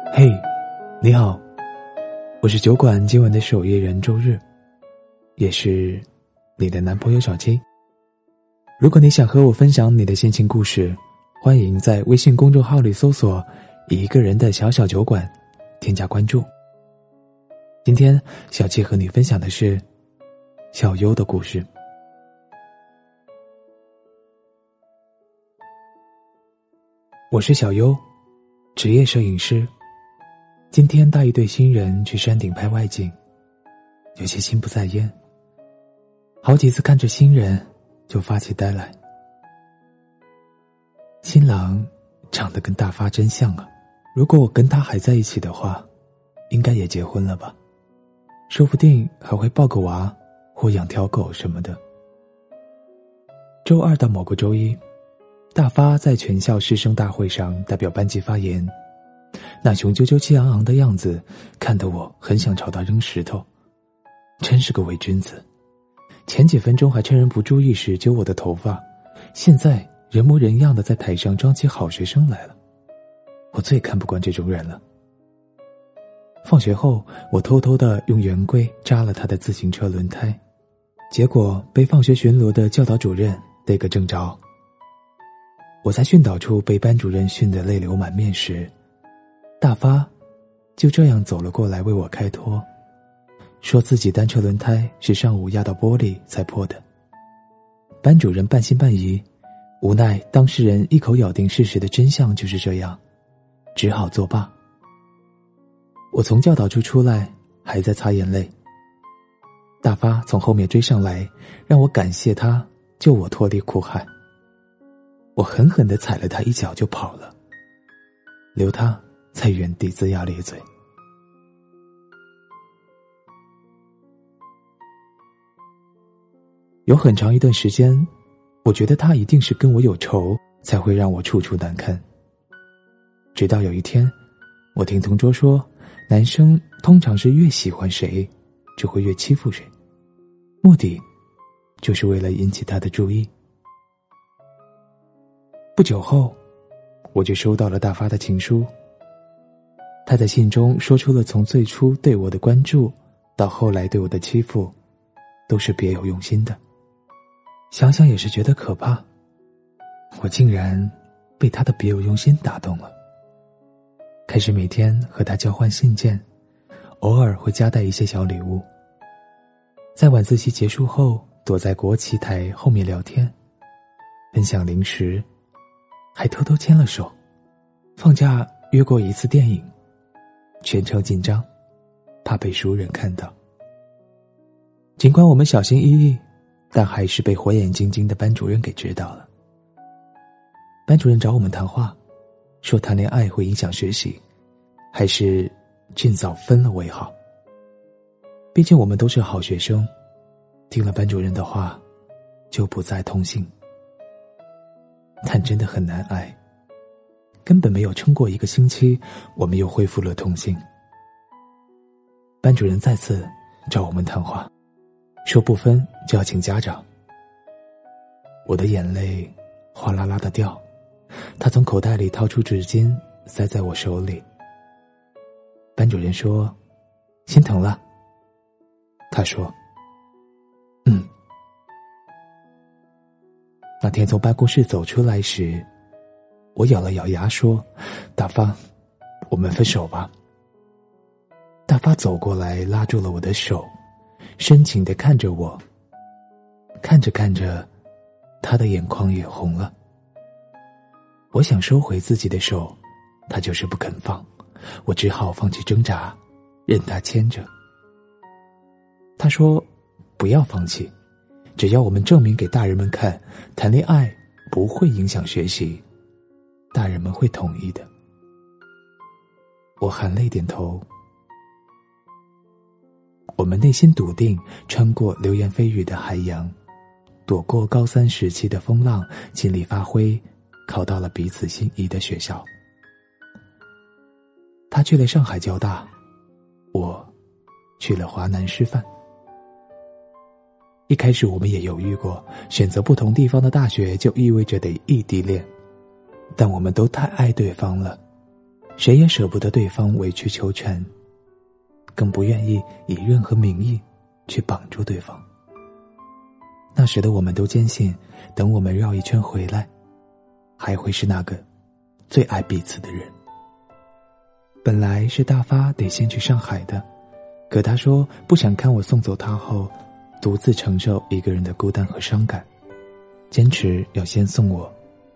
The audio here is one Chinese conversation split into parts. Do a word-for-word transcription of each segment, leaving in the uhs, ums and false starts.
嘿，你好，我是酒馆今晚的守夜人周日，也是你的男朋友小七。如果你想和我分享你的心情故事，欢迎在微信公众号里搜索一个人的小小酒馆，添加关注。今天小七和你分享的是小优的故事。我是小优，职业摄影师。今天带一对新人去山顶拍外景，有些心不在焉。好几次看着新人就发起呆来。新郎长得跟大发真像啊，如果我跟他还在一起的话，应该也结婚了吧，说不定还会抱个娃或养条狗什么的。周二的某个周一，大发在全校师生大会上代表班级发言，那雄赳赳气昂昂的样子看得我很想朝他扔石头，真是个伪君子。前几分钟还趁人不注意时揪我的头发，现在人模人样的在台上装起好学生来了，我最看不惯这种人了。放学后，我偷偷地用圆规扎了他的自行车轮胎，结果被放学巡逻的教导主任逮个正着。我在训导处被班主任训得泪流满面时，大发就这样走了过来为我开脱，说自己单车轮胎是上午压到玻璃才破的。班主任半信半疑，无奈当事人一口咬定事实的真相就是这样，只好作罢。我从教导处出来还在擦眼泪，大发从后面追上来，让我感谢他救我脱离苦海。我狠狠地踩了他一脚就跑了，留他在原地龇牙咧嘴。有很长一段时间，我觉得他一定是跟我有仇，才会让我处处难堪。直到有一天，我听同桌说，男生通常是越喜欢谁，就会越欺负谁，目的就是为了引起他的注意。不久后，我就收到了大发的情书。他在信中说出了从最初对我的关注到后来对我的欺负，都是别有用心的。想想也是觉得可怕，我竟然被他的别有用心打动了。开始每天和他交换信件，偶尔会夹带一些小礼物。在晚自习结束后，躲在国旗台后面聊天，分享零食，还偷偷牵了手。放假约过一次电影，全程紧张，怕被熟人看到。尽管我们小心翼翼，但还是被火眼金睛的班主任给知道了。班主任找我们谈话，说谈恋爱会影响学习，还是尽早分了为好。毕竟我们都是好学生，听了班主任的话，就不再通信。但真的很难挨，根本没有撑过一个星期，我们又恢复了通信。班主任再次找我们谈话，说不分就要请家长。我的眼泪哗啦啦的掉，他从口袋里掏出纸巾塞在我手里。班主任说，心疼了。他说，嗯。那天从办公室走出来时，我咬了咬牙说，大发，我们分手吧。大发走过来拉住了我的手，深情地看着我，看着看着，他的眼眶也红了。我想收回自己的手，他就是不肯放，我只好放弃挣扎，任他牵着。他说，不要放弃，只要我们证明给大人们看，谈恋爱不会影响学习，大人们会同意的。我含泪点头。我们内心笃定，穿过流言蜚语的海洋，躲过高三时期的风浪，尽力发挥，考到了彼此心仪的学校。他去了上海交大，我去了华南师范。一开始我们也犹豫过，选择不同地方的大学就意味着得异地恋，但我们都太爱对方了， 谁也舍不得对方委曲求全，更不愿意以任何名义去绑住对方。那时的我们都坚信，等我们绕一圈回来，还会是那个最爱彼此的人。本来是大发得先去上海的，可他说不想看我送走他后独自承受一个人的孤单和伤感，坚持要先送我。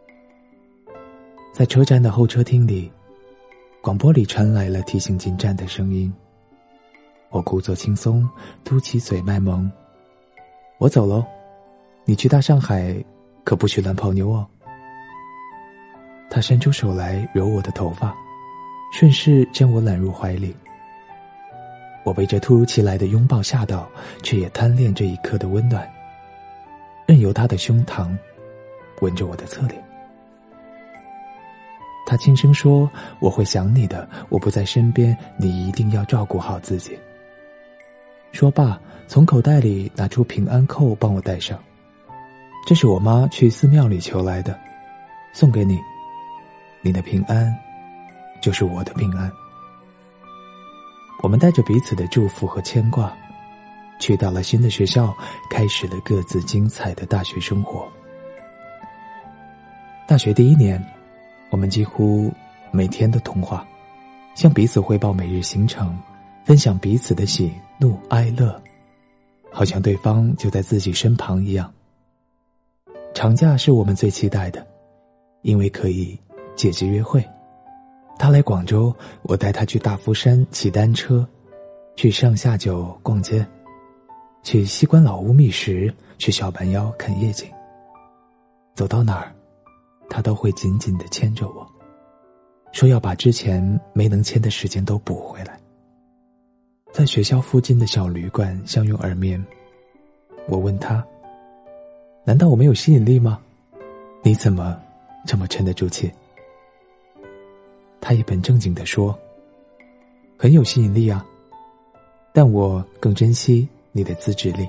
在车站的候车厅里，广播里传来了提醒进站的声音。我故作轻松，嘟起嘴卖萌：我走喽，你去大上海可不许乱泡妞哦。他伸出手来揉我的头发，顺势将我揽入怀里。我被这突如其来的拥抱吓到，却也贪恋这一刻的温暖，任由他的胸膛吻着我的侧脸。他轻声说：我会想你的，我不在身边，你一定要照顾好自己。说罢，从口袋里拿出平安扣帮我戴上，这是我妈去寺庙里求来的，送给你，你的平安就是我的平安。我们带着彼此的祝福和牵挂，去到了新的学校，开始了各自精彩的大学生活。大学第一年，我们几乎每天都通话，向彼此汇报每日行程，分享彼此的喜怒哀乐，好像对方就在自己身旁一样。长假是我们最期待的，因为可以借机约会。他来广州，我带他去大夫山骑单车，去上下九逛街，去西关老屋觅食，去小蛮腰看夜景。走到哪儿，他都会紧紧地牵着我，说要把之前没能牵的时间都补回来。在学校附近的小旅馆相拥而眠。我问他：难道我没有吸引力吗？你怎么这么沉得住气？他一本正经地说：很有吸引力啊，但我更珍惜你的自制力。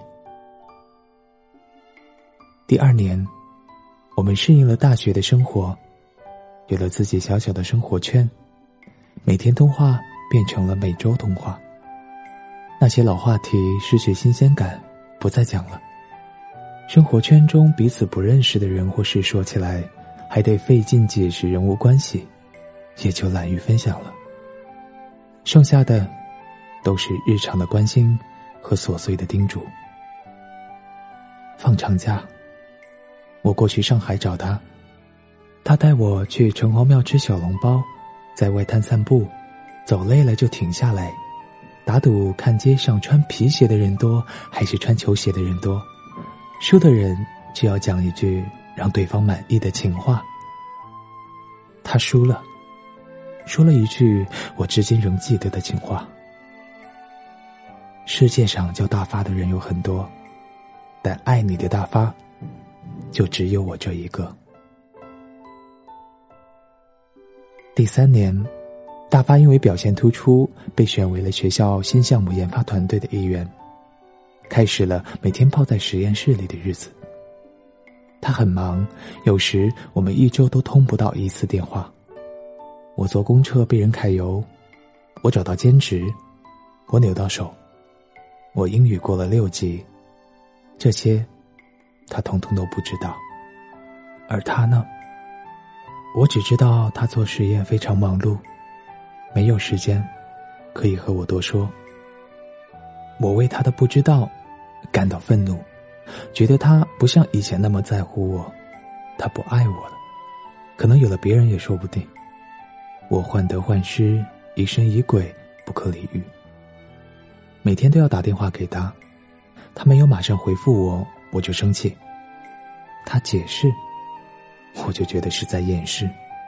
第二年，我们适应了大学的生活，有了自己小小的生活圈，每天通话变成了每周通话。那些老话题失去新鲜感，不再讲了。生活圈中彼此不认识的人或事说起来，还得费劲解释人物关系，也就懒于分享了。剩下的都是日常的关心和琐碎的叮嘱。放长假，我过去上海找他，他带我去城隍庙吃小笼包，在外滩散步，走累了就停下来，打赌看街上穿皮鞋的人多还是穿球鞋的人多，输的人就要讲一句让对方满意的情话。他输了，说了一句我至今仍记得的情话：世界上叫大发的人有很多，但爱你的大发就只有我这一个。第三年，大发因为表现突出，被选为了学校新项目研发团队的一员，开始了每天泡在实验室里的日子。他很忙，有时我们一周都通不到一次电话。我坐公车被人揩油，我找到兼职，我扭到手，我英语过了六级，这些他统统都不知道。而他呢，我只知道他做实验非常忙碌，没有时间可以和我多说。我为他的不知道感到愤怒，觉得他不像以前那么在乎我，他不爱我了，可能有了别人也说不定。我患得患失，疑神疑鬼，不可理喻。每天都要打电话给他，他没有马上回复我，我就生气。他解释，我就觉得是在掩饰。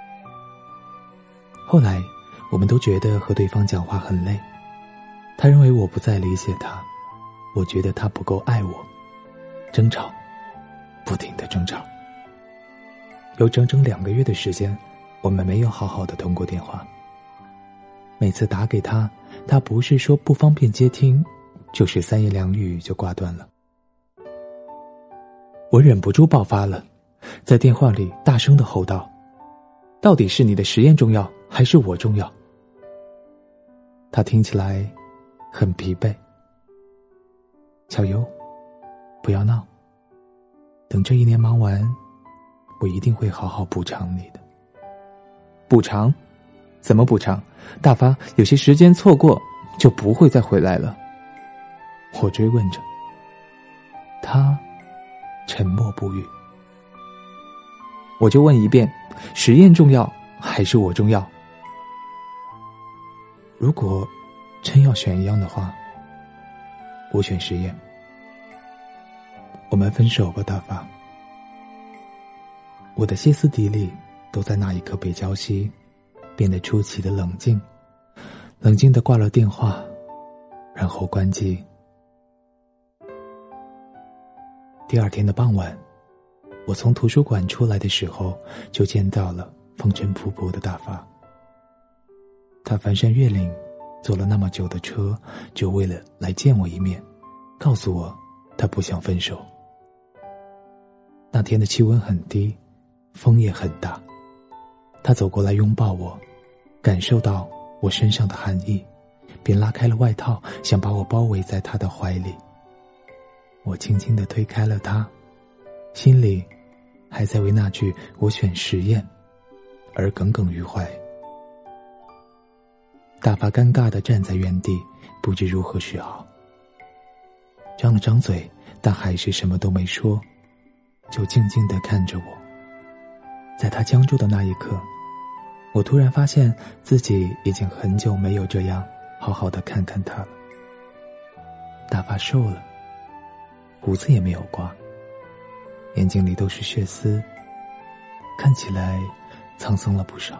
后来我们都觉得和对方讲话很累，他认为我不再理解他，我觉得他不够爱我，争吵，不停的争吵。有整整两个月的时间，我们没有好好的通过电话。每次打给他，他不是说不方便接听，就是三言两语就挂断了。我忍不住爆发了，在电话里大声地吼道：到底是你的实验重要， 还是我重要？他听起来很疲惫。小优，不要闹，等这一年忙完，我一定会好好补偿你的。补偿？怎么补偿？大发，有些时间错过就不会再回来了。我追问着。他沉默不语。我就问一遍，实验重要还是我重要？如果真要选一样的话，我选实验。我们分手吧，大发。我的歇斯底里都在那一刻被浇熄，变得出奇的冷静，冷静地挂了电话，然后关机。第二天的傍晚，我从图书馆出来的时候，就见到了风尘仆仆的大发。他翻山越岭，坐了那么久的车，就为了来见我一面，告诉我他不想分手。那天的气温很低，风也很大。他走过来拥抱我，感受到我身上的寒意，便拉开了外套，想把我包围在他的怀里。我轻轻地推开了他，心里还在为那句我选实验而耿耿于怀。大发尴尬地站在原地，不知如何是好。张了张嘴，但还是什么都没说，就静静地看着我。在他僵住的那一刻，我突然发现自己已经很久没有这样好好地看看他了。大发瘦了，胡子也没有刮，眼睛里都是血丝，看起来沧桑了不少。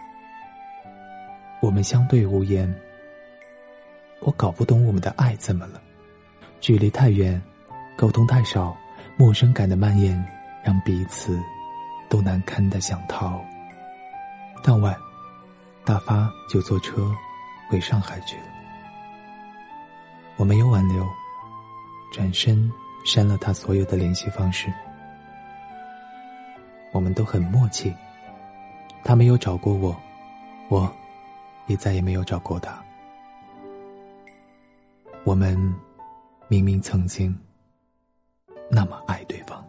我们相对无言，我搞不懂我们的爱怎么了，距离太远，沟通太少，陌生感的蔓延让彼此都难堪的想逃。当晚，大发就坐车回上海去了。我没有挽留，转身删了他所有的联系方式。我们都很默契，他没有找过我，我也再也没有找过他。我们明明曾经那么爱对方。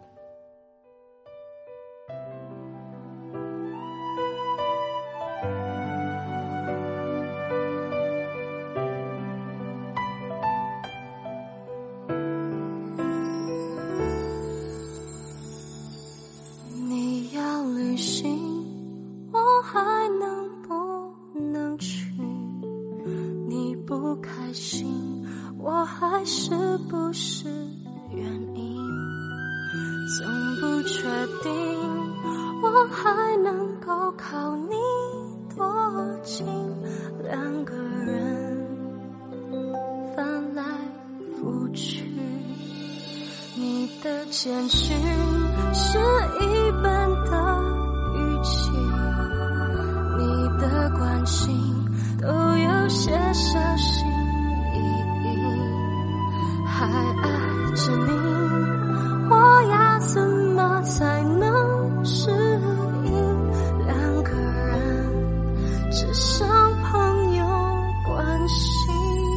你要旅行，我还能不能去？你不开心，我还是不是原因？总不确定我还能够靠你多近，两个人翻来覆去。你的简讯是一本的语气，你的关心都有些小心翼翼，还爱着你，我要怎么才能适应两个人只剩朋友关系？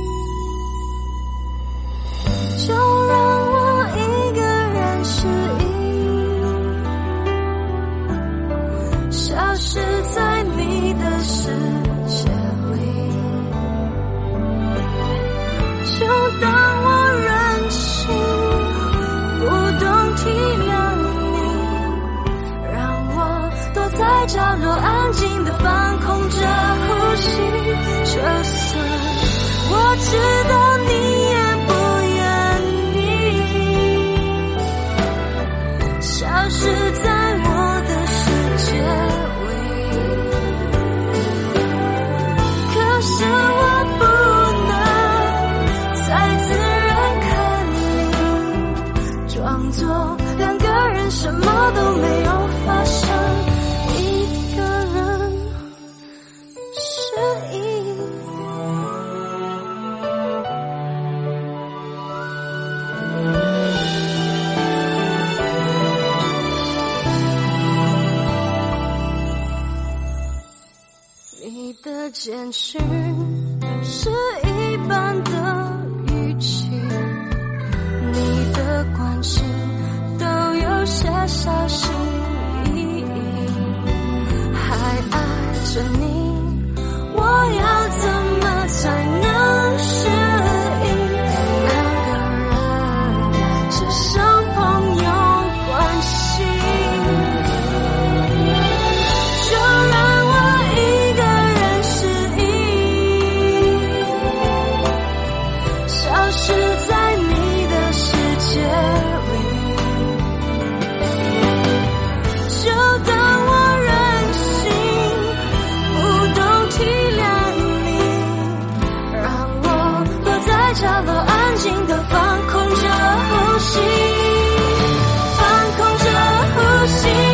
就让我一个人适应，消失在你的世界里，就当我任性，不懂体谅你，让我躲在角落安静地放空着呼吸。就算我知道你也不愿意消失在我的世界里，可是我不能再自然看你，装作两个人什么都没有发生，一个人适应。 你的简讯是一般的语气，你的关心都有些小心翼翼，还爱着你，我要怎么才能适应？两个人只剩朋友关系，就让我一个人适应，消失在你的世界里，就当我任性，不懂体谅你，让我躲在角落安静地放空着呼吸，放空着呼吸。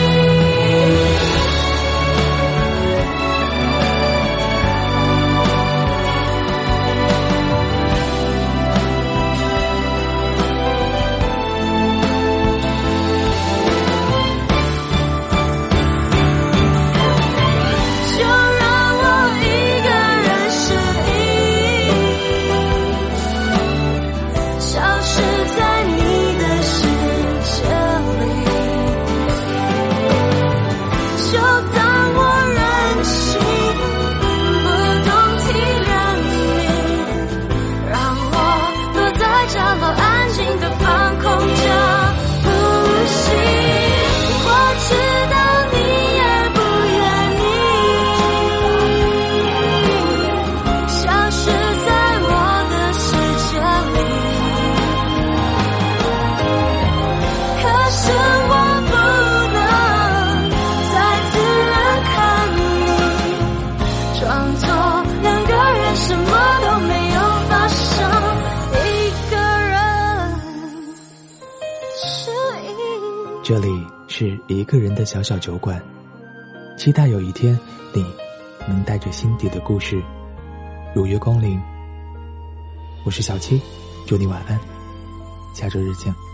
这里是一个人的小小酒馆，期待有一天你能带着心底的故事如约光临。我是小七，祝你晚安，下周日见。